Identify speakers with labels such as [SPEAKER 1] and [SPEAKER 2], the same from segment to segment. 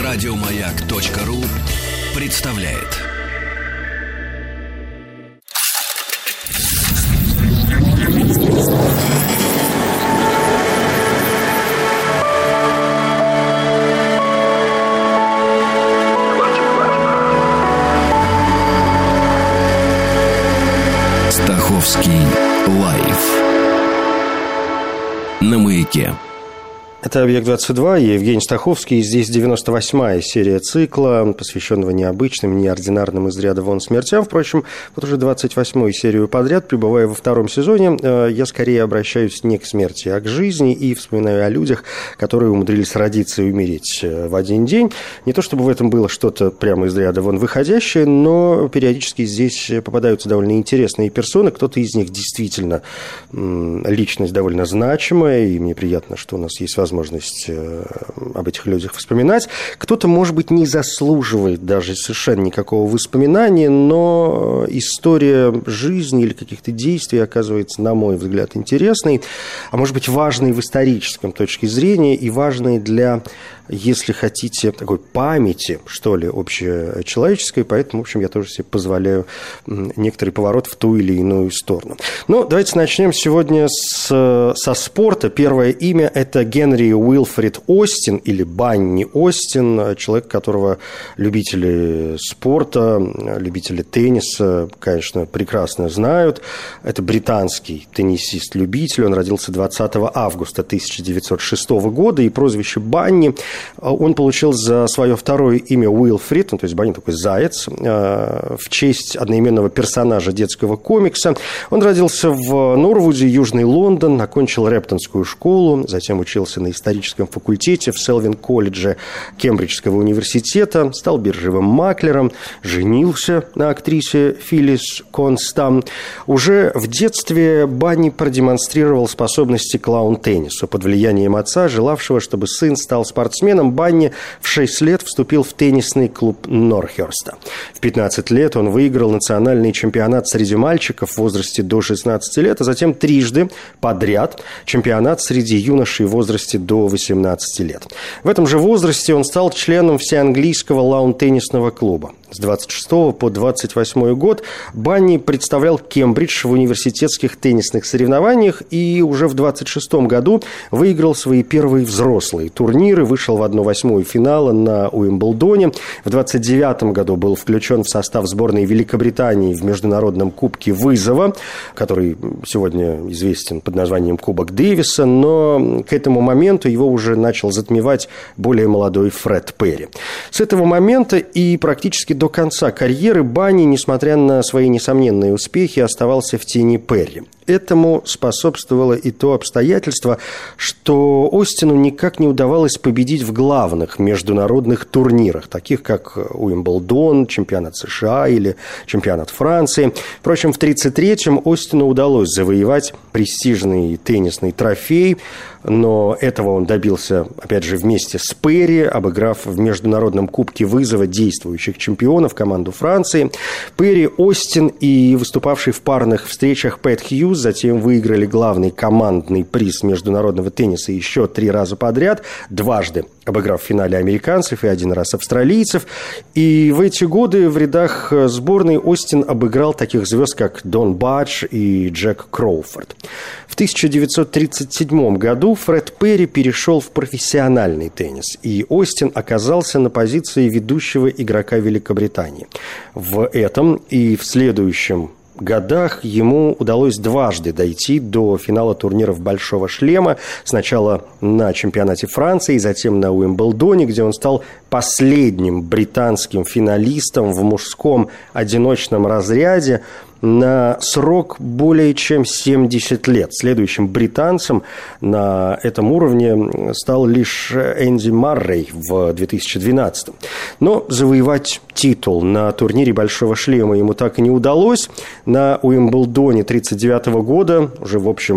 [SPEAKER 1] Радиомаяк.ру представляет. Стаховский лайф на Маяке.
[SPEAKER 2] Это «Объект-22», я Евгений Стаховский, и здесь 98-я серия цикла, посвященного необычным, неординарным из ряда вон смертям. Впрочем, вот уже 28-ю серию подряд, пребывая во втором сезоне, я скорее обращаюсь не к смерти, а к жизни, и вспоминаю о людях, которые умудрились родиться и умереть в один день. Не то чтобы в этом было что-то прямо из ряда вон выходящее, но периодически здесь попадаются довольно интересные персоны. Кто-то из них действительно личность довольно значимая, и мне приятно, что у нас есть возможность об этих людях вспоминать. Кто-то, может быть, не заслуживает даже совершенно никакого воспоминания, но история жизни или каких-то действий оказывается, на мой взгляд, интересной, а может быть, важной в историческом точке зрения и важной для, если хотите, такой памяти, что ли, общечеловеческой, поэтому, в общем, я тоже себе позволяю некоторый поворот в ту или иную сторону. Но давайте начнем сегодня со спорта. Первое имя – это Генри Уилфрид Остин, или Банни Остин, человек, которого любители спорта, любители тенниса, конечно, прекрасно знают. Это британский теннисист-любитель, он родился 20 августа 1906 года, и прозвище Банни он получил за свое второе имя Уилфрид, то есть Банни такой заяц, в честь одноименного персонажа детского комикса. Он родился в Норвуде, Южный Лондон, окончил Рептонскую школу, затем учился на историческом факультете в Селвин-колледже Кембриджского университета, стал биржевым маклером, женился на актрисе Филлис Констам. Уже в детстве Банни продемонстрировал способности к лаун-теннису. Под влиянием отца, желавшего, чтобы сын стал спортсменом, Банни в 6 лет вступил в теннисный клуб Норхерста. В 15 лет он выиграл национальный чемпионат среди мальчиков в возрасте до 16 лет, а затем трижды подряд чемпионат среди юношей в возрасте до 18 лет. В этом же возрасте он стал членом всеанглийского лаун-теннисного клуба. С 26 по 28 год Банни представлял Кембридж в университетских теннисных соревнованиях и уже в 26 году выиграл свои первые взрослые турниры, вышел в 1/8 финала на Уимблдоне. В 29 году был включен в состав сборной Великобритании в Международном кубке вызова, который сегодня известен под названием Кубок Дэвиса, но к этому моменту его уже начал затмевать более молодой Фред Перри. С этого момента и практически до конца карьеры Банни, несмотря на свои несомненные успехи, оставался в тени Перри. Этому способствовало и то обстоятельство, что Остину никак не удавалось победить в главных международных турнирах, таких как Уимблдон, чемпионат США или чемпионат Франции. Впрочем, в 1933-м Остину удалось завоевать престижный теннисный трофей, но этого он добился, опять же, вместе с Перри, обыграв в Международном кубке вызова действующих чемпионов команду Франции. Перри, Остин и выступавший в парных встречах Пэт Хьюз затем выиграли главный командный приз международного тенниса еще 3 раза подряд, дважды обыграв в финале американцев и 1 раз австралийцев. И в эти годы в рядах сборной Остин обыграл таких звезд, как Дон Бадж и Джек Кроуфорд. В 1937 году Фред Перри перешел в профессиональный теннис, и Остин оказался на позиции ведущего игрока Великобритании. В этом и в следующем годах ему удалось дважды дойти до финала турниров «Большого шлема». Сначала на чемпионате Франции, затем на Уимблдоне, где он стал последним британским финалистом в мужском одиночном разряде на срок более чем 70 лет. Следующим британцем на этом уровне стал лишь Энди Маррей в 2012. Но завоевать титул на турнире «Большого шлема» ему так и не удалось. На Уимблдоне 1939 года, уже, в общем,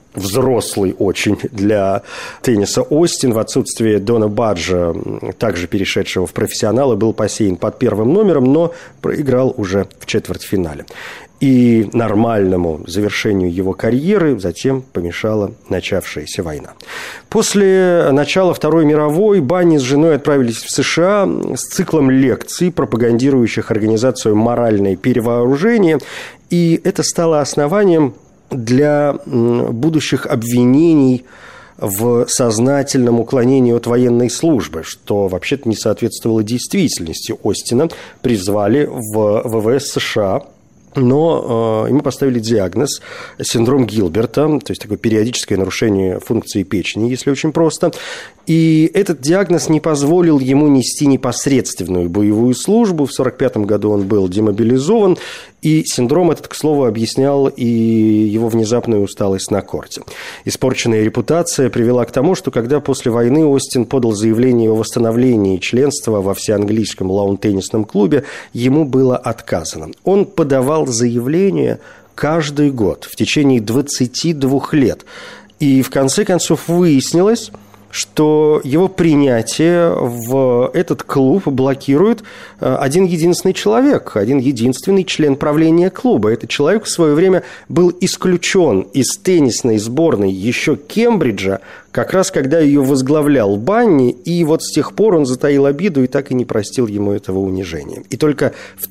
[SPEAKER 2] взрослый очень для тенниса Остин в отсутствие Дона Баджа, также перешедшего в профессионалы, был посеян под первым номером, но проиграл уже в четвертьфинале. И нормальному завершению его карьеры затем помешала начавшаяся война. После начала Второй мировой Банни с женой отправились в США с циклом лекций, пропагандирующих организацию «Моральное перевооружение», и это стало основанием для будущих обвинений в сознательном уклонении от военной службы, что вообще-то не соответствовало действительности. Остина призвали в ВВС США, но ему поставили диагноз синдром Гилберта, то есть такое периодическое нарушение функции печени, если очень просто. И этот диагноз не позволил ему нести непосредственную боевую службу. В 1945 году он был демобилизован, и синдром этот, к слову, объяснял и его внезапную усталость на корте. Испорченная репутация привела к тому, что когда после войны Остин подал заявление о восстановлении членства во всеанглийском лаун-теннисном клубе, ему было отказано. Он подавал заявление каждый год в течение 22 лет. И в конце концов выяснилось, что его принятие в этот клуб блокирует один единственный человек, один единственный член правления клуба. Этот человек в свое время был исключен из теннисной сборной еще Кембриджа, как раз когда ее возглавлял Банни, и вот с тех пор он затаил обиду и так и не простил ему этого унижения. И только в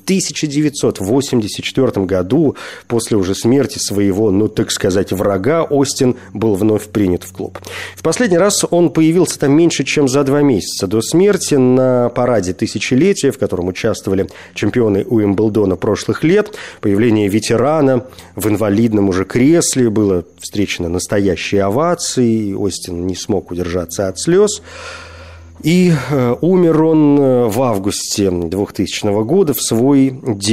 [SPEAKER 2] 1984 году, после уже смерти своего, ну, так сказать, врага, Остин был вновь принят в клуб. В последний раз он появился там меньше, чем за 2 месяца до смерти на параде тысячелетия, в котором участвовали чемпионы Уимблдона прошлых лет. Появление ветерана в инвалидном уже кресле было встречено настоящей овацией. Остин не смог удержаться от слез. И умер он в августе 2000 года в свой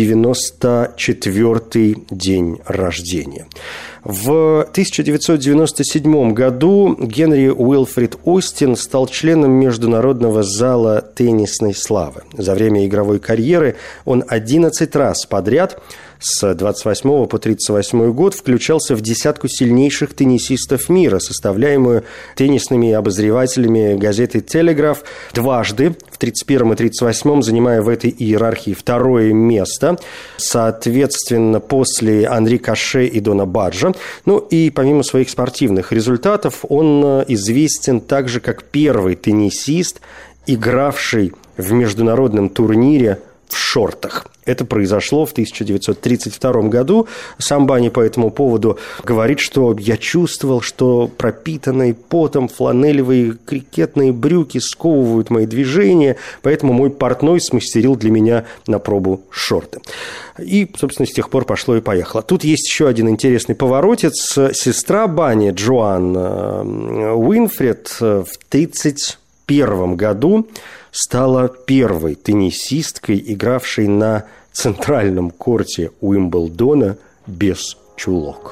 [SPEAKER 2] 94-й день рождения. В 1997 году Генри Уилфрид Остин стал членом Международного зала теннисной славы. За время игровой карьеры он 11 раз подряд с 28 по 38 год включался в десятку сильнейших теннисистов мира, составляемую теннисными обозревателями газеты «Телеграф», дважды, в 31 и 38, занимая в этой иерархии 2-е место, соответственно, после Анри Каше и Дона Баджа. Ну и помимо своих спортивных результатов, он известен также как первый теннисист, игравший в международном турнире в шортах. Это произошло в 1932 году. Сам Банни по этому поводу говорит, что я чувствовал, что пропитанные потом фланелевые крикетные брюки сковывают мои движения, поэтому мой портной смастерил для меня на пробу шорты. И, собственно, с тех пор пошло и поехало. Тут есть еще один интересный поворотец. Сестра Банни, Джоан Уинфрид, в 1931 году стала первой теннисисткой, игравшей на центральном корте Уимблдона без чулок.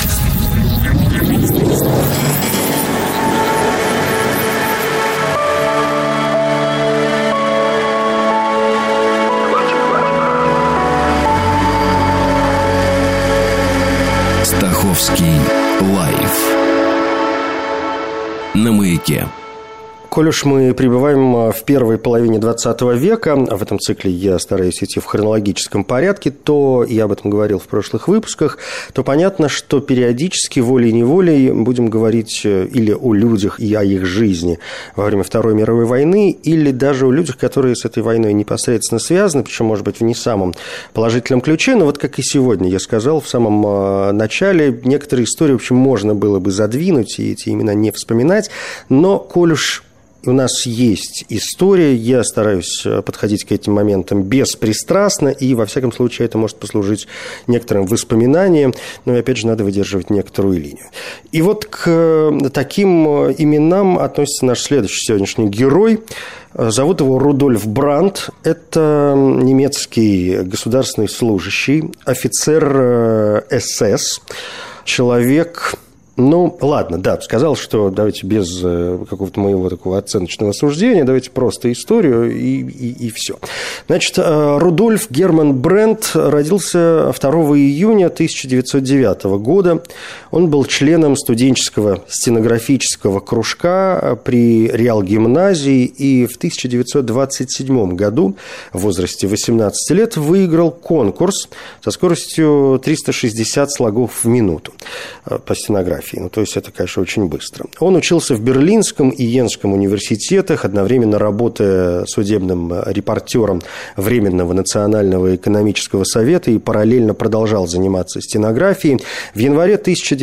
[SPEAKER 1] Стаховский лайф на Маяке.
[SPEAKER 2] Коль уж мы пребываем в первой половине 20 века, а в этом цикле я стараюсь идти в хронологическом порядке, то, я об этом говорил в прошлых выпусках, то понятно, что периодически, волей-неволей, будем говорить или о людях и о их жизни во время Второй мировой войны, или даже о людях, которые с этой войной непосредственно связаны, причем, может быть, в не самом положительном ключе, но вот как и сегодня я сказал в самом начале, некоторые истории, в общем, можно было бы задвинуть и эти имена не вспоминать, но, коль уж у нас есть история, я стараюсь подходить к этим моментам беспристрастно, и, во всяком случае, это может послужить некоторым воспоминанием, но, опять же, надо выдерживать некоторую линию. И вот к таким именам относится наш следующий сегодняшний герой. Зовут его Рудольф Брандт. Это немецкий государственный служащий, офицер СС, человек Ну, ладно, да, сказал, что давайте без какого-то моего такого оценочного суждения, давайте просто историю и все. Значит, Рудольф Герман Брент родился 2 июня 1909 года. Он был членом студенческого стенографического кружка при Реал-гимназии и в 1927 году в возрасте 18 лет выиграл конкурс со скоростью 360 слогов в минуту по стенографии. Ну, то есть это, конечно, очень быстро. Он учился в Берлинском и Йенском университетах, одновременно работая судебным репортером Временного национального экономического совета и параллельно продолжал заниматься стенографией. В январе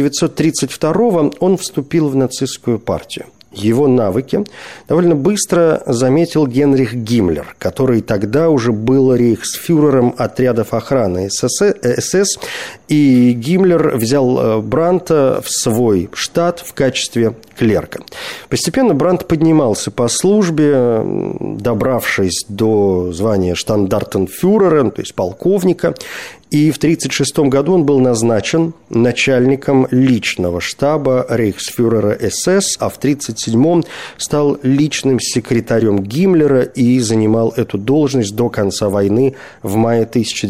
[SPEAKER 2] 1932 он вступил в нацистскую партию. Его навыки довольно быстро заметил Генрих Гиммлер, который тогда уже был рейхсфюрером отрядов охраны СС, и Гиммлер взял Брандта в свой штат в качестве клерка. Постепенно Брандт поднимался по службе, добравшись до звания штандартенфюрера, то есть полковника, и в 1936 году он был назначен начальником личного штаба рейхсфюрера СС, а в 1937 стал личным секретарем Гиммлера и занимал эту должность до конца войны в мае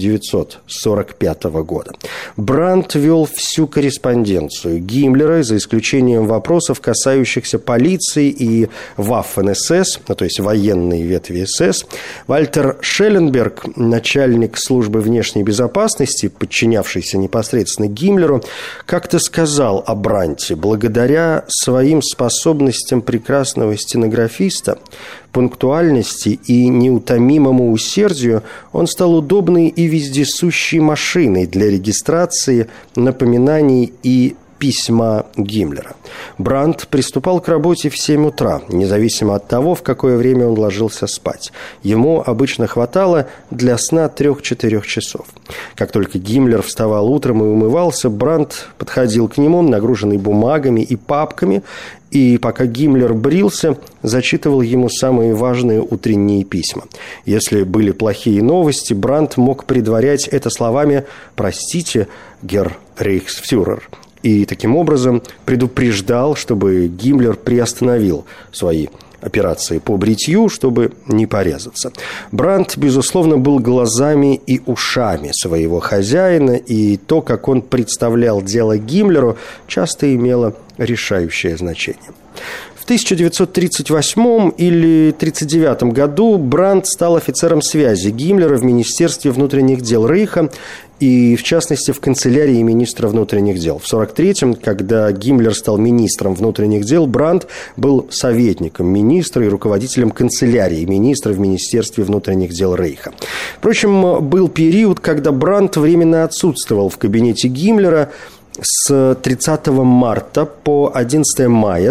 [SPEAKER 2] 1945 года. Брандт вел всю корреспонденцию Гиммлера, за исключением вопросов, касающихся полиции и Waffen-СС, то есть военной ветви СС. Вальтер Шелленберг, начальник службы внешней безопасности, подчинявшийся непосредственно Гиммлеру, как-то сказал о Брандте: благодаря своим способностям прекрасного стенографиста, пунктуальности и неутомимому усердию он стал удобной и вездесущей машиной для регистрации, напоминаний и письма Гиммлера. Брандт приступал к работе в 7 утра, независимо от того, в какое время он ложился спать. Ему обычно хватало для сна 3-4 часов. Как только Гиммлер вставал утром и умывался, Брандт подходил к нему, нагруженный бумагами и папками, и пока Гиммлер брился, зачитывал ему самые важные утренние письма. Если были плохие новости, Брандт мог предварять это словами «Простите, герр рейхсфюрер», и таким образом предупреждал, чтобы Гиммлер приостановил свои операции по бритью, чтобы не порезаться. Брандт, безусловно, был глазами и ушами своего хозяина, и то, как он представлял дело Гиммлеру, часто имело решающее значение. В 1938 или 1939 году Брандт стал офицером связи Гиммлера в Министерстве внутренних дел Рейха и, в частности, в канцелярии министра внутренних дел. В 1943-м, когда Гиммлер стал министром внутренних дел, Брандт был советником министра и руководителем канцелярии министра в Министерстве внутренних дел Рейха. Впрочем, был период, когда Брандт временно отсутствовал в кабинете Гиммлера. С 30 марта по 11 мая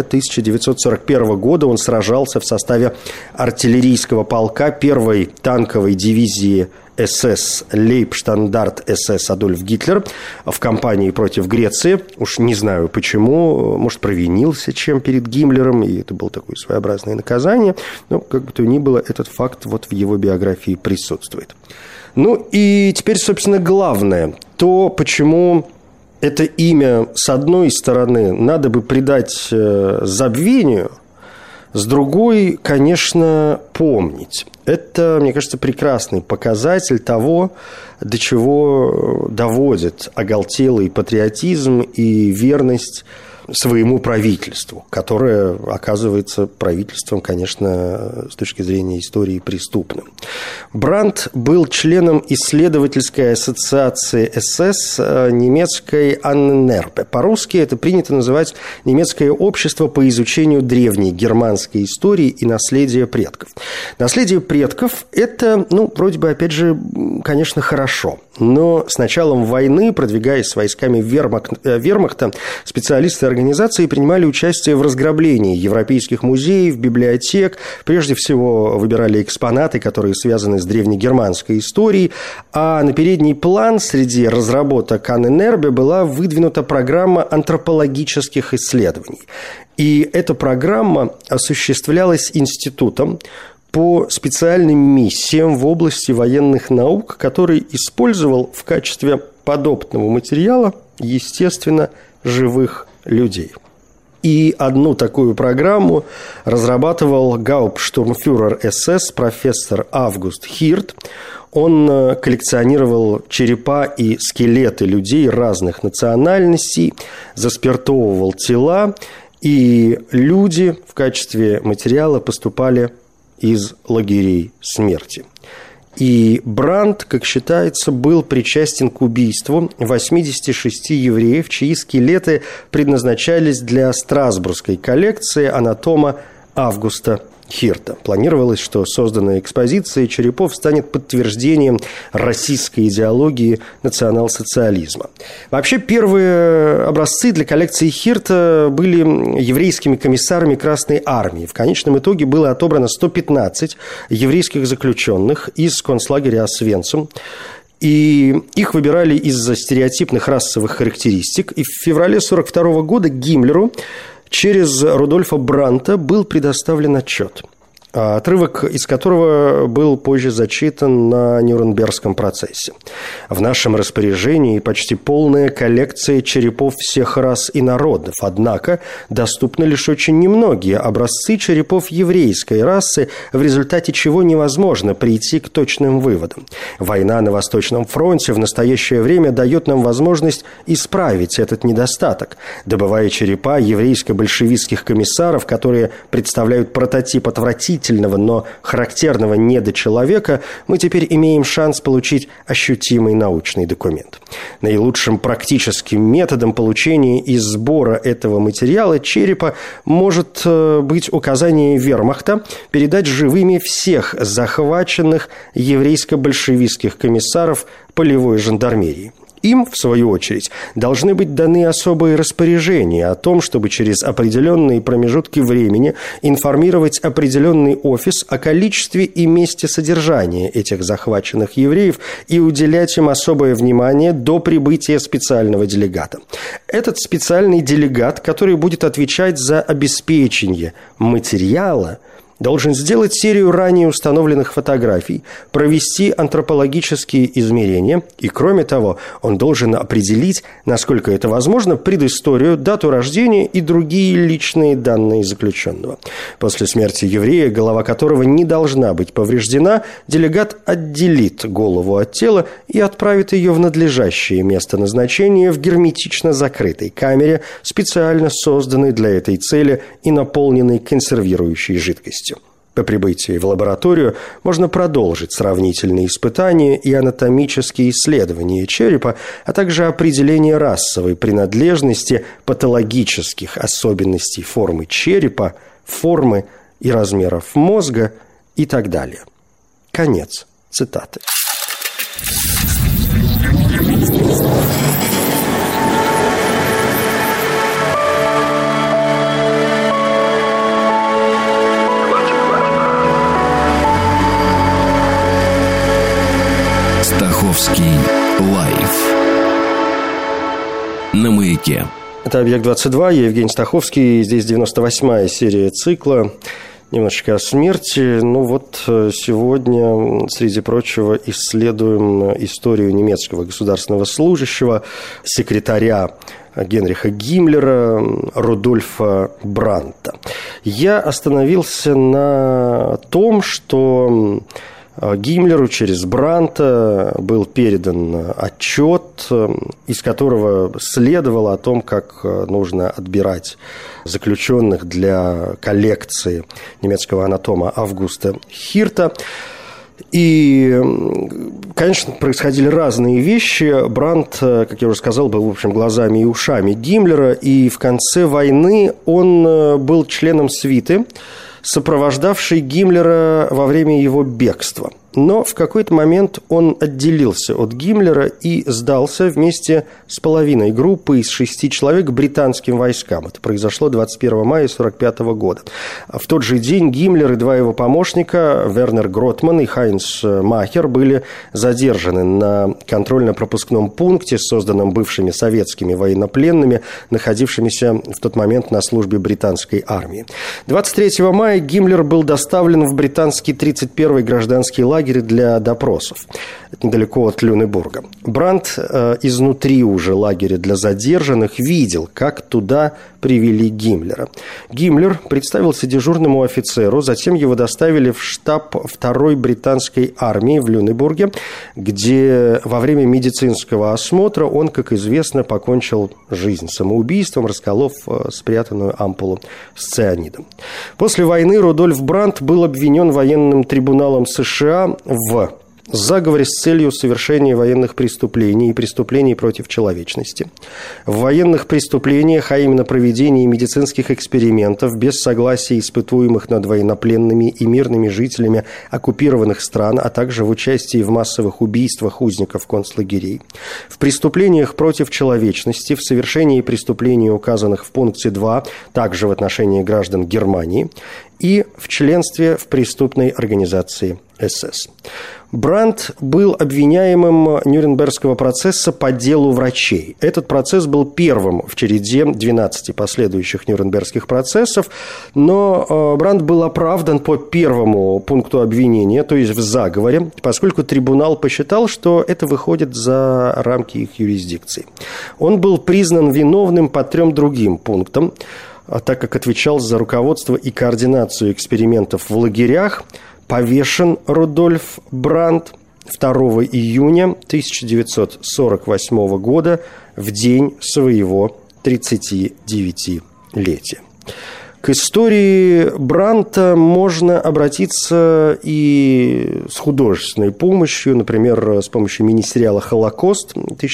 [SPEAKER 2] 1941 года он сражался в составе артиллерийского полка 1-й танковой дивизии СС Лейбштандарт СС Адольф Гитлер в кампании против Греции. Уж не знаю почему, может, провинился чем перед Гиммлером, и это было такое своеобразное наказание. Но, как бы то ни было, этот факт вот в его биографии присутствует. Ну и теперь, собственно, главное, то, почему это имя, с одной стороны, надо бы придать забвению, с другой, конечно, помнить. Это, мне кажется, прекрасный показатель того, до чего доводит оголтелый патриотизм и верность своему правительству, которое оказывается правительством, конечно, с точки зрения истории преступным. Брандт был членом исследовательской ассоциации СС немецкой Анненербе. По-русски это принято называть немецкое общество по изучению древней германской истории и наследия предков. Наследие предков – это, вроде бы, опять же, конечно, хорошо. Но с началом войны, продвигаясь с войсками вермахта, специалисты организации принимали участие в разграблении европейских музеев, библиотек. Прежде всего, выбирали экспонаты, которые связаны с древнегерманской историей. А на передний план среди разработок Анненербе была выдвинута программа антропологических исследований. И эта программа осуществлялась институтом по специальным миссиям в области военных наук, который использовал в качестве подопытного материала, естественно, живых людей. И одну такую программу разрабатывал гауптштурмфюрер СС профессор Август Хирт. Он коллекционировал черепа и скелеты людей разных национальностей, заспиртовывал тела, и люди в качестве материала поступали из лагерей смерти. И Брандт, как считается, был причастен к убийству 86 евреев, чьи скелеты предназначались для страсбургской коллекции анатома Августа Хирта. Планировалось, что созданная экспозиция черепов станет подтверждением российской идеологии национал-социализма. Вообще, первые образцы для коллекции Хирта были еврейскими комиссарами Красной Армии. В конечном итоге было отобрано 115 еврейских заключенных из концлагеря Освенцим. И их выбирали из-за стереотипных расовых характеристик. И в феврале 1942 года Гиммлеру через Рудольфа Брандта был предоставлен отчет, отрывок из которого был позже зачитан на Нюрнбергском процессе. В нашем распоряжении почти полная коллекция черепов всех рас и народов, однако доступны лишь очень немногие образцы черепов еврейской расы, в результате чего невозможно прийти к точным выводам. Война на Восточном фронте в настоящее время дает нам возможность исправить этот недостаток, добывая черепа еврейско-большевистских комиссаров, которые представляют прототип отвратительного, но характерного недочеловека, мы теперь имеем шанс получить ощутимый научный документ. Наилучшим практическим методом получения и сбора этого материала черепа может быть указание вермахта передать живыми всех захваченных еврейско-большевистских комиссаров полевой жандармерии. Им, в свою очередь, должны быть даны особые распоряжения о том, чтобы через определенные промежутки времени информировать определенный офис о количестве и месте содержания этих захваченных евреев и уделять им особое внимание до прибытия специального делегата. Этот специальный делегат, который будет отвечать за обеспечение материала, должен сделать серию ранее установленных фотографий, провести антропологические измерения и, кроме того, он должен определить, насколько это возможно, предысторию, дату рождения и другие личные данные заключенного. После смерти еврея, голова которого не должна быть повреждена, делегат отделит голову от тела и отправит ее в надлежащее место назначения в герметично закрытой камере, специально созданной для этой цели и наполненной консервирующей жидкостью. По прибытии в лабораторию можно продолжить сравнительные испытания и анатомические исследования черепа, а также определение расовой принадлежности, патологических особенностей формы черепа, формы и размеров мозга и так далее. Конец цитаты.
[SPEAKER 1] Стаховский лайф на Маяке.
[SPEAKER 2] Это «Объект-22», я Евгений Стаховский, здесь 98-я серия цикла. Немножечко о смерти. Ну вот сегодня, среди прочего, исследуем историю немецкого государственного служащего, секретаря Генриха Гиммлера, Рудольфа Брандта. Я остановился на том, что Гиммлеру через Брандта был передан отчет, из которого следовало о том, как нужно отбирать заключенных для коллекции немецкого анатома Августа Хирта. И, конечно, происходили разные вещи. Брандт, как я уже сказал, был, в общем, глазами и ушами Гиммлера, и в конце войны он был членом свиты, сопровождавшей Гиммлера во время его бегства. Но в какой-то момент он отделился от Гиммлера и сдался вместе с половиной группы из 6 человек британским войскам. Это произошло 21 мая 1945 года. В тот же день Гиммлер и 2 его помощника, Вернер Гротман и Хайнц Махер, были задержаны на контрольно-пропускном пункте, созданном бывшими советскими военнопленными, находившимися в тот момент на службе британской армии. 23 мая Гиммлер был доставлен в британский 31-й гражданский лагерь лагере для допросов. Это недалеко от Люнебурга. Брандт изнутри уже лагеря для задержанных видел, как туда привели Гиммлера. Гиммлер представился дежурному офицеру, затем его доставили в штаб 2-й британской армии в Люнебурге, где во время медицинского осмотра он, как известно, покончил жизнь самоубийством, расколов спрятанную ампулу с цианидом. После войны Рудольф Брандт был обвинен военным трибуналом США в заговоре с целью совершения военных преступлений и преступлений против человечности, в военных преступлениях, а именно проведении медицинских экспериментов без согласия испытуемых над военнопленными и мирными жителями оккупированных стран, а также в участии в массовых убийствах узников концлагерей, в преступлениях против человечности, в совершении преступлений, указанных в пункте 2, также в отношении граждан Германии, и в членстве в преступной организации СС. Брандт был обвиняемым Нюрнбергского процесса по делу врачей. Этот процесс был первым в череде 12 последующих Нюрнбергских процессов, но Брандт был оправдан по первому пункту обвинения, то есть в заговоре, поскольку трибунал посчитал, что это выходит за рамки их юрисдикции. Он был признан виновным по 3 другим пунктам, так как отвечал за руководство и координацию экспериментов в лагерях. Повешен Рудольф Брандт 2 июня 1948 года в день своего 39-летия. К истории Брандта можно обратиться и с художественной помощью, например, с помощью мини-сериала «Холокост»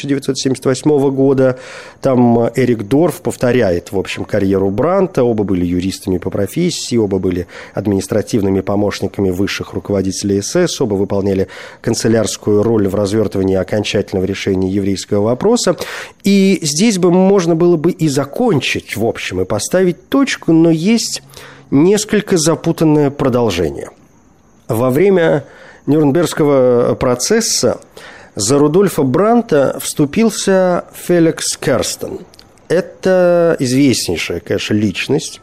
[SPEAKER 2] 1978 года. Там Эрик Дорф повторяет, в общем, карьеру Брандта. Оба были юристами по профессии, оба были административными помощниками высших руководителей СС, оба выполняли канцелярскую роль в развертывании окончательного решения еврейского вопроса. И здесь бы можно было бы и закончить, в общем, и поставить точку, но есть несколько запутанное продолжение. Во время Нюрнбергского процесса за Рудольфа Брандта вступился Феликс Керстен. Это известнейшая, конечно, личность.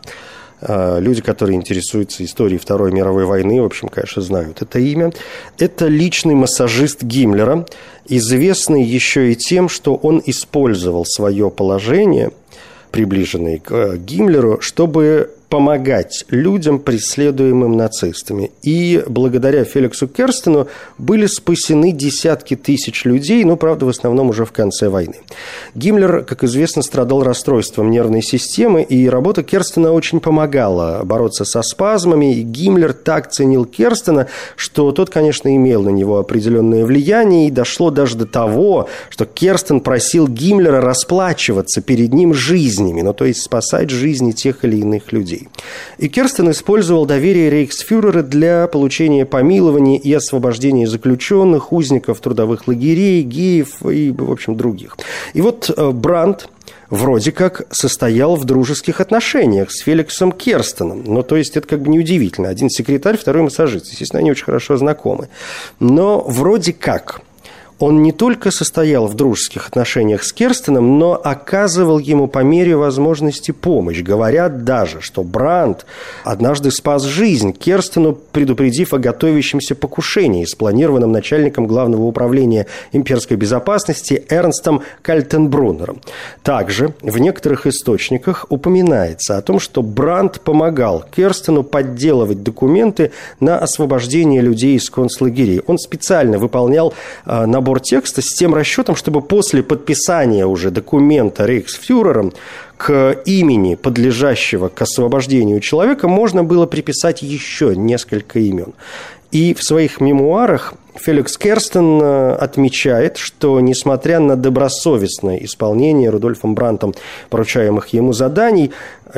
[SPEAKER 2] Люди, которые интересуются историей Второй мировой войны, в общем, конечно, знают это имя. Это личный массажист Гиммлера, известный еще и тем, что он использовал свое положение, приближенный к Гиммлеру, чтобы помогать людям, преследуемым нацистами. И благодаря Феликсу Керстену были спасены десятки тысяч людей, но, правда, в основном уже в конце войны. Гиммлер, как известно, страдал расстройством нервной системы, и работа Керстена очень помогала бороться со спазмами, и Гиммлер так ценил Керстена, что тот, конечно, имел на него определенное влияние, и дошло даже до того, что Керстен просил Гиммлера расплачиваться перед ним жизнями, ну, то есть спасать жизни тех или иных людей. И Керстен использовал доверие рейхсфюрера для получения помилования и освобождения заключенных, узников трудовых лагерей, геев и, в общем, других. И вот Брандт вроде как состоял в дружеских отношениях с Феликсом Керстеном. Ну, то есть, это как бы неудивительно. Один секретарь, второй массажист. Естественно, они очень хорошо знакомы. Но вроде как он не только состоял в дружеских отношениях с Керстеном, но оказывал ему по мере возможности помощь. Говорят даже, что Брандт однажды спас жизнь Керстену, предупредив о готовящемся покушении, спланированном начальником Главного управления имперской безопасности Эрнстом Кальтенбруннером. Также в некоторых источниках упоминается о том, что Брандт помогал Керстену подделывать документы на освобождение людей из концлагерей. Он специально выполнял набор текста с тем расчетом, чтобы после подписания уже документа рейхсфюрером к имени, подлежащего к освобождению человека, можно было приписать еще несколько имен. И в своих мемуарах Феликс Керстен отмечает, что, несмотря на добросовестное исполнение Рудольфом Брандтом поручаемых ему заданий,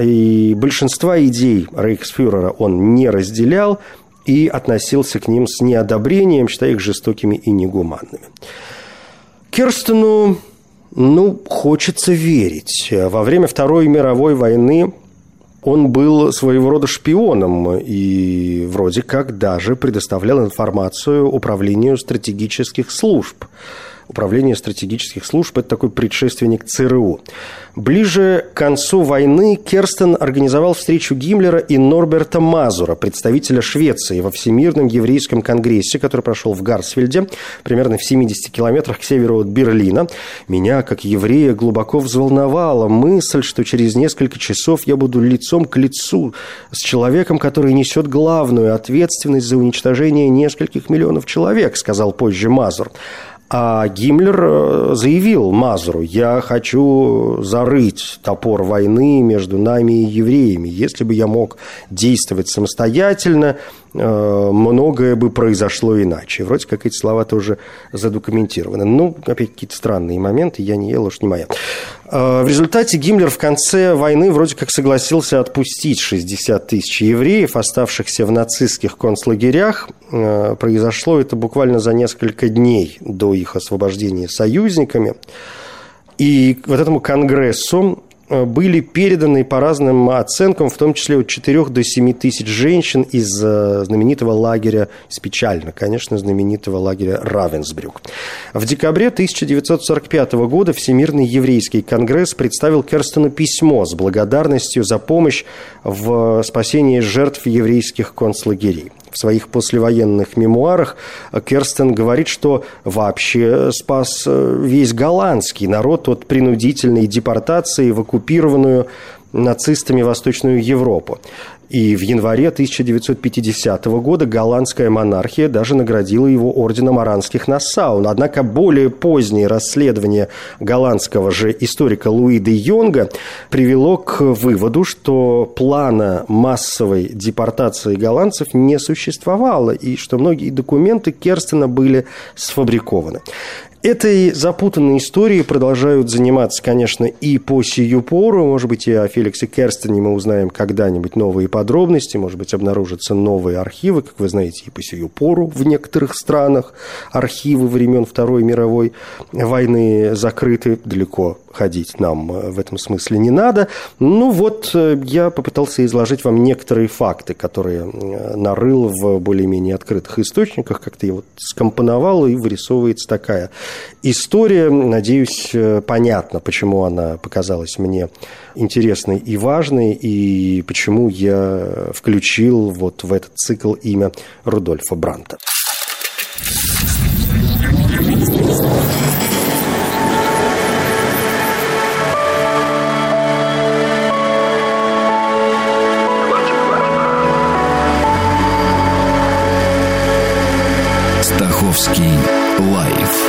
[SPEAKER 2] и большинства идей рейхсфюрера он не разделял, и относился к ним с неодобрением, считая их жестокими и негуманными. Керстену, хочется верить. Во время Второй мировой войны он был своего рода шпионом и вроде как даже предоставлял информацию Управлению стратегических служб Управление стратегических служб. Это такой предшественник ЦРУ. Ближе к концу войны Керстен организовал встречу Гиммлера и Норберта Мазура, представителя Швеции, во Всемирном еврейском конгрессе, который прошел в Гарсфельде, примерно в 70 километрах к северу от Берлина. Меня, как еврея, глубоко взволновала мысль, что через несколько часов я буду лицом к лицу с человеком, который несет главную ответственность за уничтожение нескольких миллионов человек, сказал позже Мазур. А Гиммлер заявил Мазуру: «Я хочу зарыть топор войны между нами и евреями. Если бы я мог действовать самостоятельно, многое бы произошло иначе». Вроде как эти слова тоже задокументированы. Ну, опять какие-то странные моменты. Я не ел, уж не моя. В результате Гиммлер в конце войны вроде как согласился отпустить 60 тысяч евреев, оставшихся в нацистских концлагерях. Произошло это буквально за несколько дней до их освобождения союзниками. И вот этому конгрессу были переданы по разным оценкам, в том числе от 4 до 7 тысяч женщин из знаменитого лагеря, печально, конечно, знаменитого лагеря Равенсбрюк. В декабре 1945 года Всемирный еврейский конгресс представил Керстену письмо с благодарностью за помощь в спасении жертв еврейских концлагерей. В своих послевоенных мемуарах Керстен говорит, что вообще спас весь голландский народ от принудительной депортации в оккупированную нацистами Восточную Европу. И в январе 1950 года голландская монархия даже наградила его орденом Оранских Нассау. Однако более позднее расследование голландского же историка Луи де Йонга привело к выводу, что плана массовой депортации голландцев не существовало, и что многие документы Керстена были сфабрикованы. Этой запутанной историей продолжают заниматься, конечно, и по сию пору. Может быть, и о Феликсе Керстене мы узнаем когда-нибудь новые подробности. Может быть, обнаружатся новые архивы. Как вы знаете, и по сию пору в некоторых странах архивы времен Второй мировой войны закрыты. Далеко ходить нам в этом смысле не надо. Ну вот, я попытался изложить вам некоторые факты, которые нарыл в более-менее открытых источниках. Как-то я вот скомпоновал, и вырисовывается такая история. Надеюсь, понятно, почему она показалась мне интересной и важной, и почему я включил вот в этот цикл имя Рудольфа Бранта.
[SPEAKER 1] Стаховский лайф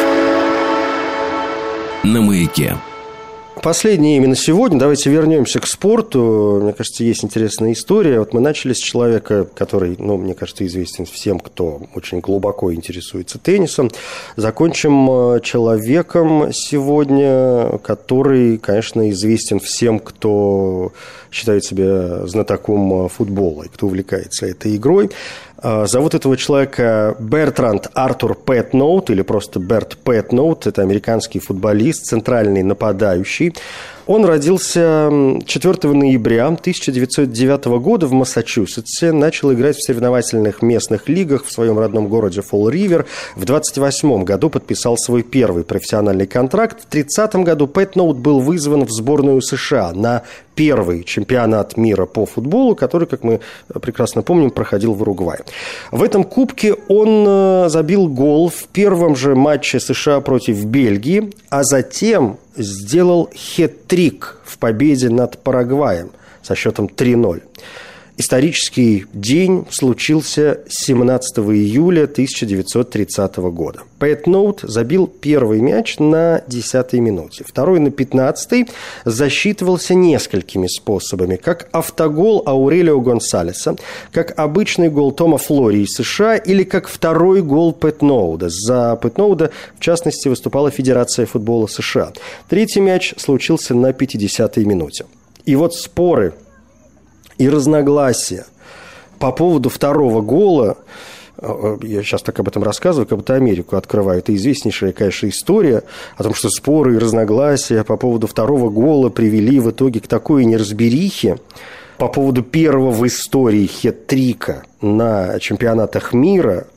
[SPEAKER 1] на Маяке.
[SPEAKER 2] Последнее имя на сегодня. Давайте вернемся к спорту. Мне кажется, есть интересная история. Вот мы начали с человека, который, мне кажется, известен всем, кто очень глубоко интересуется теннисом. Закончим человеком сегодня, который, конечно, известен всем, кто считает себя знатоком футбола и кто увлекается этой игрой. Зовут этого человека Бертранд Артур Пэтноут, или просто Берт Пэтноут. Это американский футболист, центральный нападающий. Он родился 4 ноября 1909 года в Массачусетсе, начал играть в соревновательных местных лигах в своем родном городе Фолл-Ривер. В 1928 году подписал свой первый профессиональный контракт. В 1930 году Пэтноут был вызван в сборную США на первый чемпионат мира по футболу, который, как мы прекрасно помним, проходил в Уругвае. В этом кубке он забил гол в первом же матче США против Бельгии, а затем сделал хет-трик в победе над Парагваем со счетом 3-0. Исторический день случился 17 июля 1930 года. Пэтноут забил первый мяч на 10-й минуте. Второй на 15-й засчитывался несколькими способами. Как автогол Аурелио Гонсалеса, как обычный гол Тома Флори из США или как второй гол Пэтноуда. За Пэтноуда, в частности, выступала Федерация футбола США. Третий мяч случился на 50-й минуте. И вот споры и разногласия по поводу второго гола, я сейчас так об этом рассказываю, как будто Америку открываю, это известнейшая, конечно, история о том, что споры и разногласия по поводу второго гола привели в итоге к такой неразберихе по поводу первого в истории хет-трика на чемпионатах мира.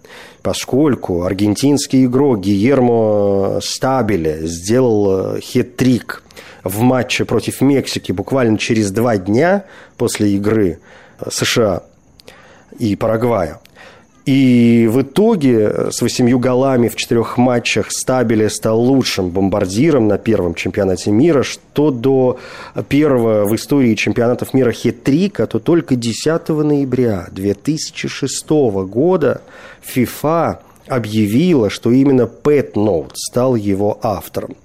[SPEAKER 2] поскольку аргентинский игрок Гильермо Стабиле сделал хет-трик в матче против Мексики буквально через 2 дня после игры США и Парагвая. И в итоге с 8 голами в 4 матчах Стабиле стал лучшим бомбардиром на первом чемпионате мира, что до первого в истории чемпионатов мира хет-трика, то только 10 ноября 2006 года FIFA объявила, что именно Пэт Ноут стал его автором.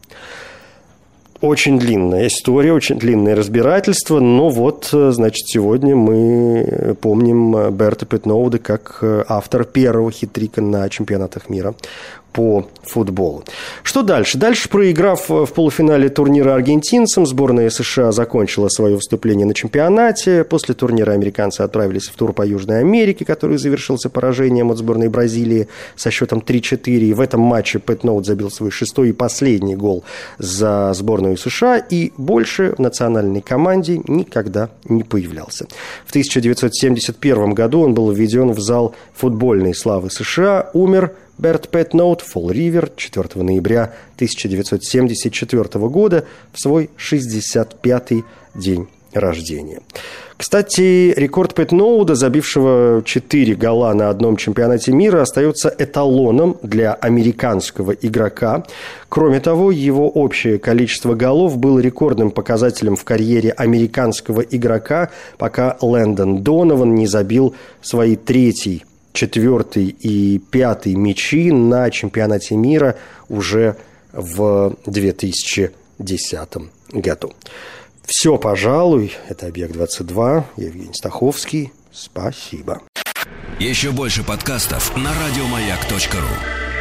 [SPEAKER 2] Очень длинная история, очень длинное разбирательство, но вот, значит, сегодня мы помним Берта Пэт Ноуда как автор первого хет-трика на чемпионатах мира по футболу. Что дальше? Дальше, проиграв в полуфинале турнира аргентинцам, сборная США закончила свое выступление на чемпионате. После турнира американцы отправились в тур по Южной Америке, который завершился поражением от сборной Бразилии со счетом 3-4. И в этом матче Пэт Ноут забил свой 6-й и последний гол за сборную США и больше в национальной команде никогда не появлялся. В 1971 году он был введен в зал футбольной славы США, умер Берт Пэт Ноут в Фолл-Ривер 4 ноября 1974 года в свой 65-й день рождения. Кстати, рекорд Пэт Ноуда, забившего 4 гола на одном чемпионате мира, остается эталоном для американского игрока. Кроме того, его общее количество голов было рекордным показателем в карьере американского игрока, пока Лэндон Донован не забил свои 3-й, 4-й и 5-й мячи на чемпионате мира уже в 2010 году. Все, пожалуй. Это «Объект-22». Я Евгений Стаховский. Спасибо.
[SPEAKER 1] Еще больше подкастов на радиомаяк.ру.